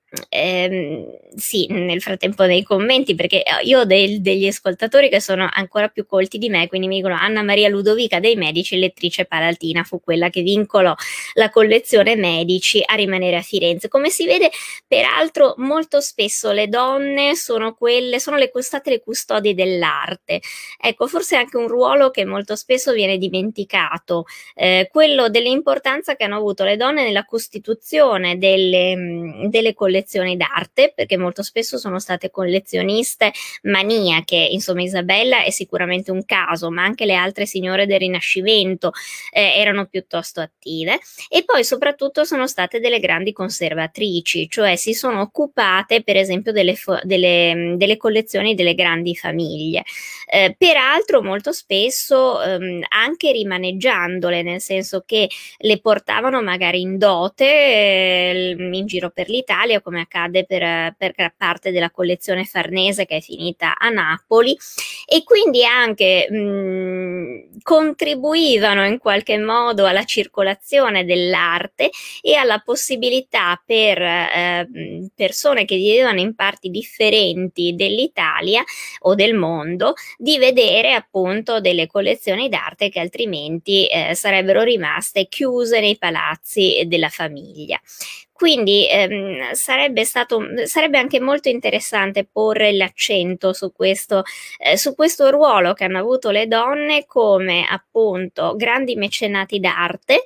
Sì, nel frattempo nei commenti, perché io ho degli ascoltatori che sono ancora più colti di me, quindi mi dicono Anna Maria Ludovica dei Medici, lettrice palatina, fu quella che vincolò la collezione Medici a rimanere a Firenze. Come si vede, peraltro, molto spesso le donne sono state le custodi dell'arte. Ecco, forse è anche un ruolo che molto spesso viene dimenticato, quello dell'importanza che hanno avuto le donne nella costituzione delle collezioni d'arte, perché molto spesso sono state collezioniste maniache. Insomma, Isabella è sicuramente un caso, ma anche le altre signore del Rinascimento erano piuttosto attive, e poi soprattutto sono state delle grandi conservatrici, cioè si sono occupate per esempio delle collezioni delle grandi famiglie, peraltro molto spesso anche rimaneggiandole, nel senso che le portavano magari in dote in giro per l'Italia, come accade per gran parte della collezione Farnese che è finita a Napoli, e quindi anche contribuivano in qualche modo alla circolazione dell'arte e alla possibilità per persone che vivevano in parti differenti dell'Italia o del mondo di vedere appunto delle collezioni d'arte che altrimenti sarebbero rimaste chiuse nei palazzi della famiglia. Quindi sarebbe anche molto interessante porre l'accento su questo ruolo che hanno avuto le donne come appunto grandi mecenati d'arte,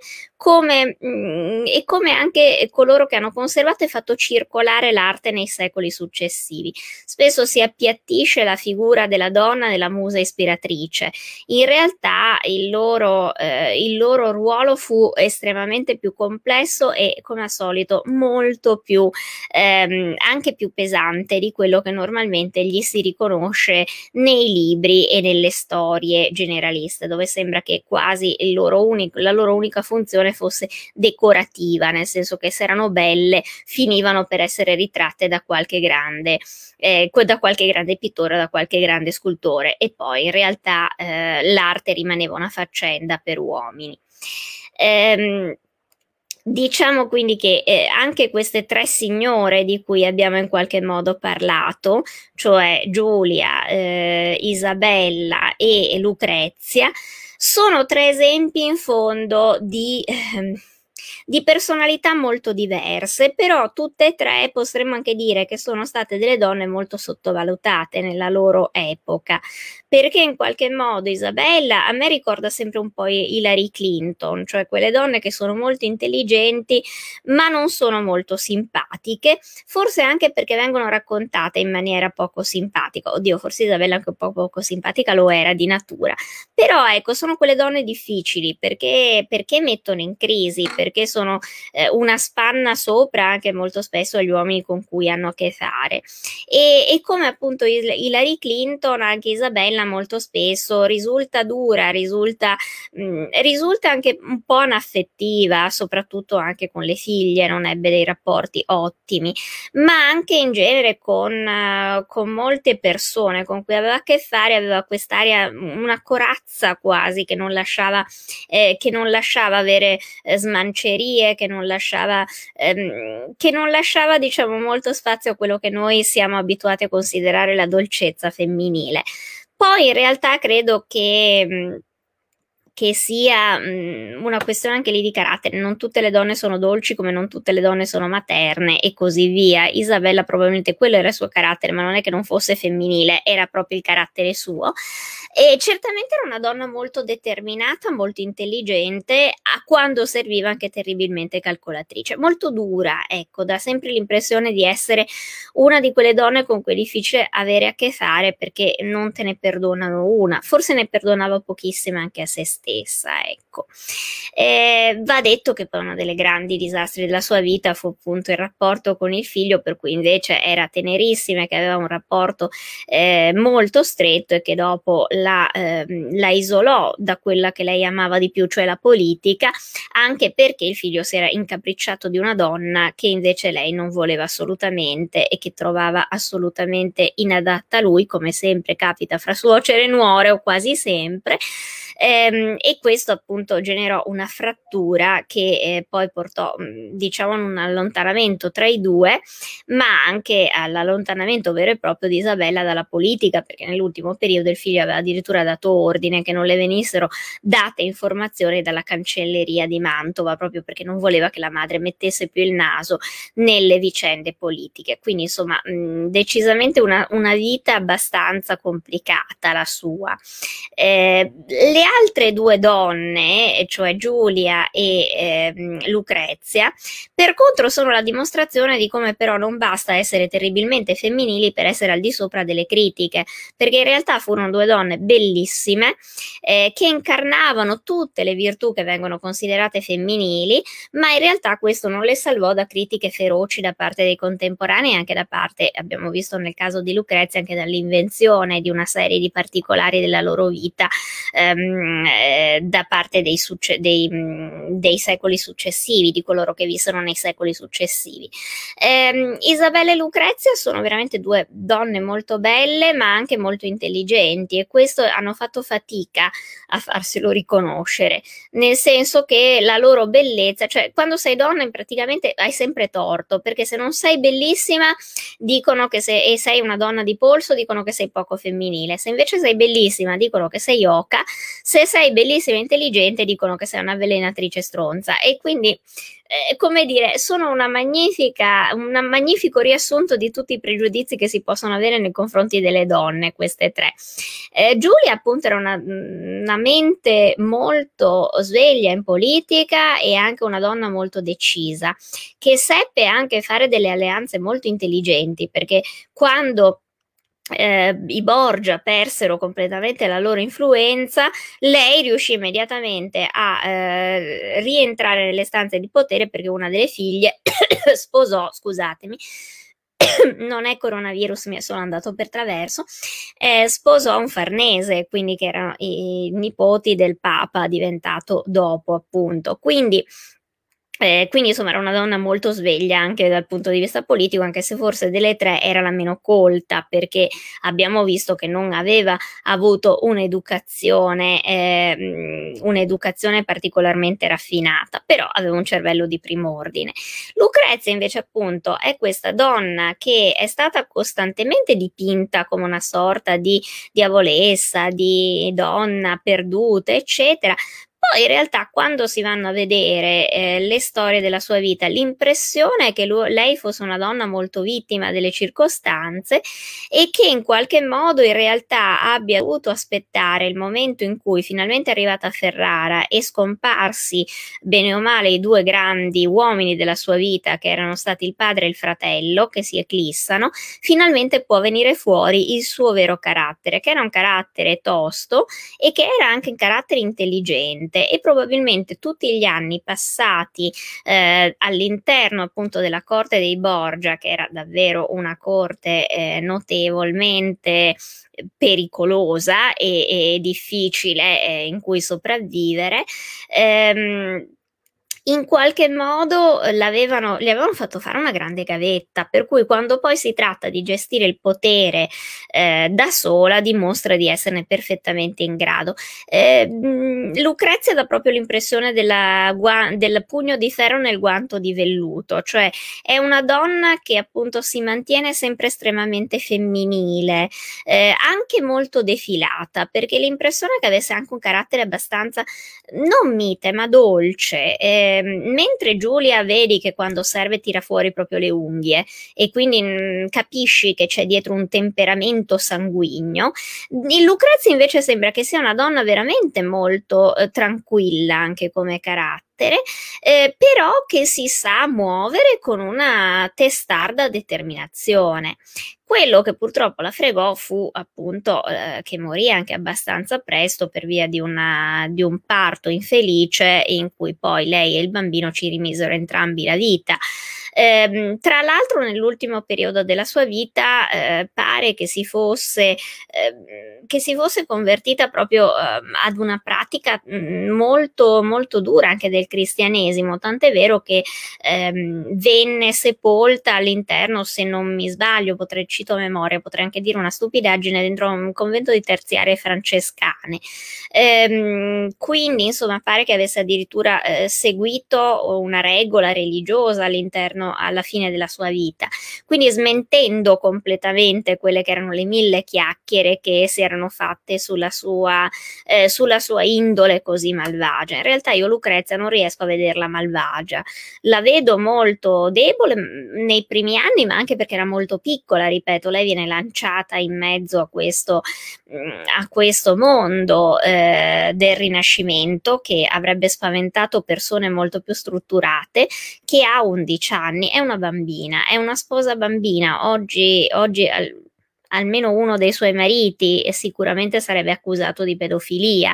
e come anche coloro che hanno conservato e fatto circolare l'arte nei secoli successivi. Spesso si appiattisce la figura della donna, della musa ispiratrice. In realtà il loro ruolo fu estremamente più complesso e, come al solito, molto più anche più pesante di quello che normalmente gli si riconosce nei libri e nelle storie generaliste, dove sembra che quasi la loro unica funzione fosse decorativa, nel senso che se erano belle finivano per essere ritratte da qualche grande pittore, da qualche grande scultore, e poi in realtà l'arte rimaneva una faccenda per uomini. Diciamo quindi che anche queste tre signore di cui abbiamo in qualche modo parlato, cioè Giulia, Isabella e Lucrezia, sono tre esempi in fondo di personalità molto diverse, però tutte e tre potremmo anche dire che sono state delle donne molto sottovalutate nella loro epoca, perché in qualche modo Isabella a me ricorda sempre un po' Hillary Clinton, cioè quelle donne che sono molto intelligenti ma non sono molto simpatiche, forse anche perché vengono raccontate in maniera poco simpatica. Oddio, forse Isabella anche un po' poco simpatica lo era di natura, però ecco, sono quelle donne difficili perché mettono in crisi, perché sono una spanna sopra anche molto spesso agli uomini con cui hanno a che fare, e come appunto Hillary Clinton, anche Isabella molto spesso risulta dura, risulta anche un po' anaffettiva, soprattutto anche con le figlie, non ebbe dei rapporti ottimi, ma anche in genere con molte persone con cui aveva a che fare, aveva quest'aria, una corazza quasi che non lasciava avere smancerie, che non lasciava diciamo molto spazio a quello che noi siamo abituati a considerare la dolcezza femminile. Poi in realtà credo che sia una questione anche lì di carattere. Non tutte le donne sono dolci, come non tutte le donne sono materne e così via. Isabella probabilmente quello era il suo carattere, ma non è che non fosse femminile, era proprio il carattere suo. E certamente era una donna molto determinata, molto intelligente, a quando serviva anche terribilmente calcolatrice, molto dura, ecco, dà sempre l'impressione di essere una di quelle donne con cui è difficile avere a che fare, perché non te ne perdonano una, forse ne perdonava pochissime anche a se stessa, ecco. Va detto che poi uno dei grandi disastri della sua vita fu appunto il rapporto con il figlio, per cui invece era tenerissima e che aveva un rapporto molto stretto, e che dopo la isolò da quella che lei amava di più, cioè la politica, anche perché il figlio si era incapricciato di una donna che invece lei non voleva assolutamente e che trovava assolutamente inadatta a lui, come sempre capita fra suocere e nuore, o quasi sempre. e questo appunto generò una frattura che poi portò, diciamo, a un allontanamento tra i due, ma anche all'allontanamento vero e proprio di Isabella dalla politica, perché nell'ultimo periodo il figlio aveva addirittura dato ordine che non le venissero date informazioni dalla cancelleria di Mantova, proprio perché non voleva che la madre mettesse più il naso nelle vicende politiche. Quindi insomma decisamente una vita abbastanza complicata la sua. Le altre due donne, cioè Giulia e Lucrezia, per contro sono la dimostrazione di come però non basta essere terribilmente femminili per essere al di sopra delle critiche, perché in realtà furono due donne bellissime che incarnavano tutte le virtù che vengono considerate femminili, ma in realtà questo non le salvò da critiche feroci da parte dei contemporanei, anche da parte, abbiamo visto nel caso di Lucrezia, anche dall'invenzione di una serie di particolari della loro vita da parte dei secoli successivi, di coloro che vissero nei secoli successivi. Isabella e Lucrezia sono veramente due donne molto belle, ma anche molto intelligenti, e questo hanno fatto fatica a farselo riconoscere, nel senso che la loro bellezza, cioè quando sei donna praticamente hai sempre torto, perché se non sei bellissima dicono che e sei una donna di polso dicono che sei poco femminile, se invece sei bellissima dicono che sei oca, se sei bellissima e intelligente dicono che sei un'avvelenatrice stronza, e quindi come dire, sono un magnifico riassunto di tutti i pregiudizi che si possono avere nei confronti delle donne, queste tre. Giulia appunto era una mente molto sveglia in politica e anche una donna molto decisa, che seppe anche fare delle alleanze molto intelligenti, perché quando i Borgia persero completamente la loro influenza, lei riuscì immediatamente a rientrare nelle stanze di potere, perché una delle figlie sposò, scusatemi, non è coronavirus, mi è solo andato per traverso, sposò un Farnese, quindi che erano i nipoti del Papa diventato dopo, appunto. Quindi insomma era una donna molto sveglia anche dal punto di vista politico, anche se forse delle tre era la meno colta, perché abbiamo visto che non aveva avuto un'educazione particolarmente raffinata, però aveva un cervello di primo ordine. Lucrezia invece appunto è questa donna che è stata costantemente dipinta come una sorta di diavolessa, di donna perduta, eccetera. Poi in realtà quando si vanno a vedere le storie della sua vita, l'impressione è che lei fosse una donna molto vittima delle circostanze, e che in qualche modo in realtà abbia dovuto aspettare il momento in cui finalmente è arrivata a Ferrara e scomparsi bene o male i due grandi uomini della sua vita, che erano stati il padre e il fratello, che si eclissano, finalmente può venire fuori il suo vero carattere, che era un carattere tosto e che era anche un carattere intelligente. E probabilmente tutti gli anni passati all'interno appunto della corte dei Borgia, che era davvero una corte notevolmente pericolosa e difficile in cui sopravvivere, in qualche modo gli avevano fatto fare una grande gavetta, per cui quando poi si tratta di gestire il potere da sola dimostra di esserne perfettamente in grado. Lucrezia dà proprio l'impressione del pugno di ferro nel guanto di velluto, cioè è una donna che appunto si mantiene sempre estremamente femminile, anche molto defilata, perché l'impressione è che avesse anche un carattere abbastanza non mite ma dolce, mentre Giulia vedi che quando serve tira fuori proprio le unghie, e quindi capisci che c'è dietro un temperamento sanguigno. In Lucrezia invece sembra che sia una donna veramente molto tranquilla anche come carattere, però che si sa muovere con una testarda determinazione. Quello che purtroppo la fregò fu appunto che morì anche abbastanza presto per via di un parto infelice, in cui poi lei e il bambino ci rimisero entrambi la vita. Tra l'altro nell'ultimo periodo della sua vita pare che si fosse convertita proprio ad una pratica molto, molto dura anche del cristianesimo, tant'è vero che venne sepolta all'interno, se non mi sbaglio, cito a memoria, potrei anche dire una stupidaggine, dentro un convento di terziarie francescane. Quindi insomma pare che avesse addirittura seguito una regola religiosa all'interno, alla fine della sua vita, quindi smentendo completamente quelle che erano le mille chiacchiere che si erano fatte sulla sua indole così malvagia. In realtà io Lucrezia non riesco a vederla malvagia, la vedo molto debole nei primi anni, ma anche perché era molto piccola, ripeto, lei viene lanciata in mezzo a questo mondo del Rinascimento, che avrebbe spaventato persone molto più strutturate, che ha 11 anni, è una bambina, è una sposa bambina. Oggi almeno uno dei suoi mariti sicuramente sarebbe accusato di pedofilia.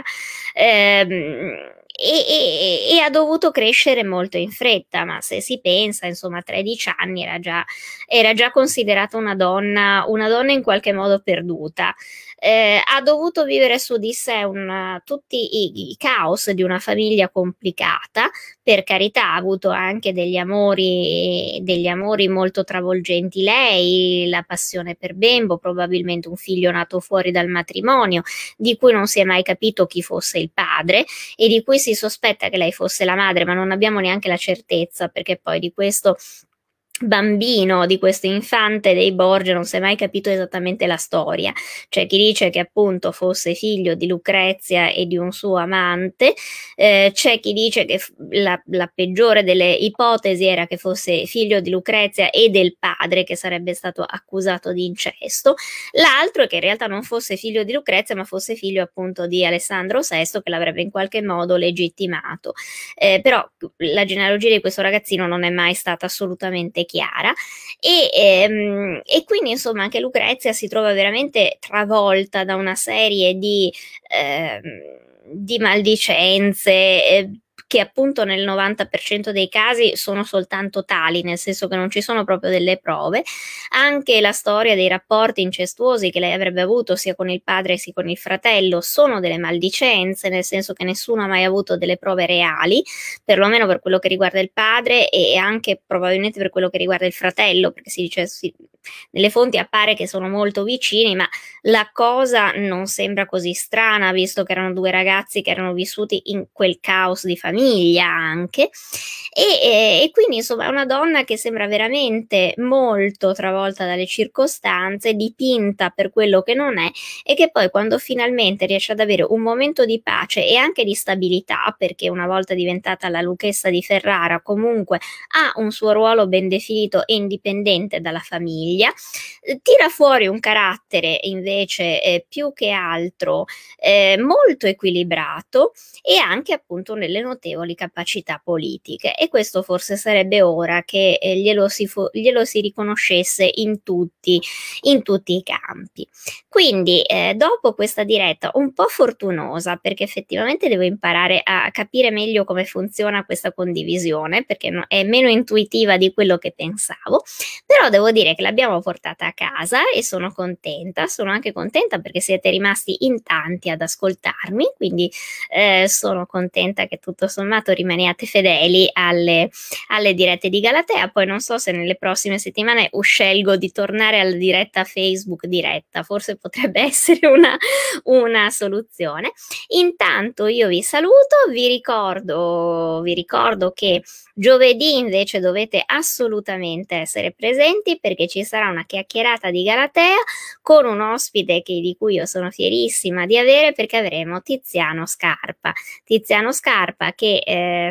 E ha dovuto crescere molto in fretta, ma se si pensa, insomma, a 13 anni era già considerata una donna in qualche modo perduta. Ha dovuto vivere su di sé tutti i caos di una famiglia complicata. Per carità, ha avuto anche degli amori molto travolgenti lei, la passione per Bembo, probabilmente un figlio nato fuori dal matrimonio, di cui non si è mai capito chi fosse il padre e di cui si sospetta che lei fosse la madre, ma non abbiamo neanche la certezza, perché poi di questo bambino, di questo infante dei Borgia, non si è mai capito esattamente la storia. C'è chi dice che appunto fosse figlio di Lucrezia e di un suo amante, c'è chi dice che la peggiore delle ipotesi era che fosse figlio di Lucrezia e del padre, che sarebbe stato accusato di incesto. L'altro è che in realtà non fosse figlio di Lucrezia, ma fosse figlio appunto di Alessandro VI, che l'avrebbe in qualche modo legittimato. Però la genealogia di questo ragazzino non è mai stata assolutamente chiara, e quindi insomma anche Lucrezia si trova veramente travolta da una serie di maldicenze, che appunto nel 90% dei casi sono soltanto tali, nel senso che non ci sono proprio delle prove. Anche la storia dei rapporti incestuosi che lei avrebbe avuto sia con il padre sia con il fratello sono delle maldicenze, nel senso che nessuno ha mai avuto delle prove reali, perlomeno per quello che riguarda il padre e anche probabilmente per quello che riguarda il fratello, perché si dice nelle fonti appare che sono molto vicini, ma la cosa non sembra così strana, visto che erano due ragazzi che erano vissuti in quel caos di famiglia anche, e quindi insomma è una donna che sembra veramente molto travolta dalle circostanze, dipinta per quello che non è, e che poi quando finalmente riesce ad avere un momento di pace e anche di stabilità, perché una volta diventata la Lucchessa di Ferrara comunque ha un suo ruolo ben definito e indipendente dalla famiglia, tira fuori un carattere invece più che altro molto equilibrato e anche appunto nelle notevoli capacità politiche, e questo forse sarebbe ora che glielo si riconoscesse in tutti i campi. Quindi dopo questa diretta un po' fortunosa, perché effettivamente devo imparare a capire meglio come funziona questa condivisione, perché è meno intuitiva di quello che pensavo, però devo dire che l'abbiamo portata a casa e sono anche contenta perché siete rimasti in tanti ad ascoltarmi, quindi sono contenta che tutto sommato rimaniate fedeli alle dirette di Galatea. Poi non so se nelle prossime settimane scelgo di tornare alla diretta Facebook diretta, forse potrebbe essere una soluzione. Intanto io vi saluto, vi ricordo che giovedì invece dovete assolutamente essere presenti, perché ci sarà una chiacchierata di Galatea con un ospite di cui io sono fierissima di avere, perché avremo Tiziano Scarpa che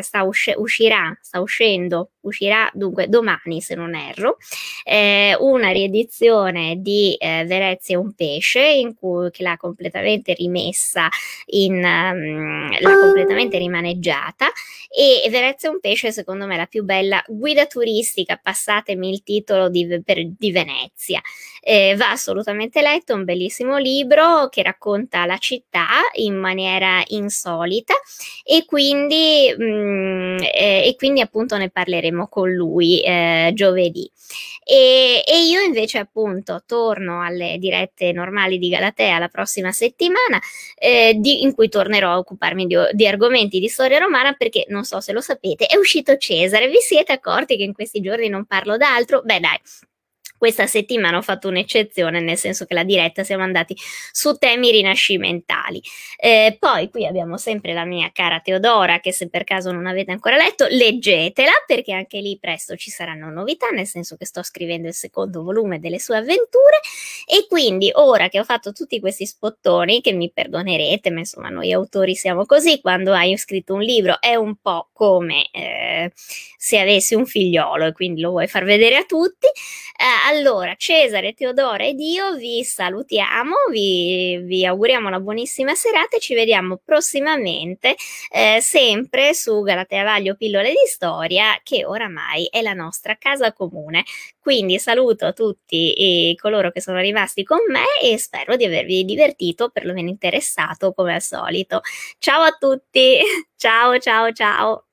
uscirà dunque domani, se non erro, una riedizione di Venezia è un pesce, che l'ha completamente rimessa l'ha completamente rimaneggiata, e Venezia è un pesce secondo me è la più bella guida turistica, passatemi il titolo, di Venezia. Va assolutamente letto, è un bellissimo libro che racconta la città in maniera insolita, e quindi quindi appunto ne parleremo con lui giovedì. E io invece appunto torno alle dirette normali di Galatea la prossima settimana, in cui tornerò a occuparmi di argomenti di storia romana, perché non so se lo sapete, è uscito Cesare. Vi siete accorti che in questi giorni non parlo d'altro? Beh dai, questa settimana ho fatto un'eccezione, nel senso che la diretta siamo andati su temi rinascimentali. Poi qui abbiamo sempre la mia cara Teodora, che se per caso non avete ancora letto, leggetela, perché anche lì presto ci saranno novità, nel senso che sto scrivendo il secondo volume delle sue avventure. E quindi ora che ho fatto tutti questi spottoni, che mi perdonerete, ma insomma noi autori siamo così, quando hai scritto un libro è un po' come se avessi un figliolo e quindi lo vuoi far vedere a tutti. Allora, Cesare, Teodora ed io vi salutiamo, vi auguriamo una buonissima serata e ci vediamo prossimamente, sempre su Galatea Vaglio Pillole di Storia, che oramai è la nostra casa comune. Quindi saluto tutti coloro che sono rimasti con me e spero di avervi divertito, perlomeno interessato come al solito. Ciao a tutti, ciao ciao ciao.